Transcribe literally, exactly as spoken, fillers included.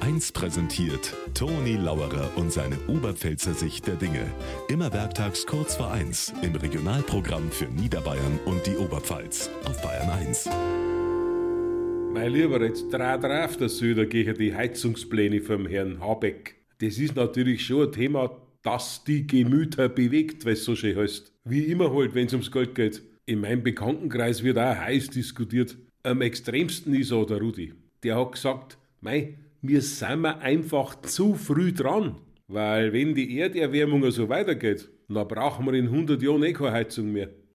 eins präsentiert Toni Lauerer und seine Oberpfälzer Sicht der Dinge. Immer werktags kurz vor eins im Regionalprogramm für Niederbayern und die Oberpfalz auf Bayern eins. Mein Lieber, jetzt dreh drauf der Söder gegen die Heizungspläne vom Herrn Habeck. Das ist natürlich schon ein Thema, das die Gemüter bewegt, weil es so schön heißt. Wie immer halt, wenn es ums Geld geht. In meinem Bekanntenkreis wird auch heiß diskutiert. Am extremsten ist auch der Rudi. Der hat gesagt, mei, wir sind wir einfach zu früh dran. Weil wenn die Erderwärmung so weitergeht, dann brauchen wir in hundert Jahren eh keine Heizung mehr.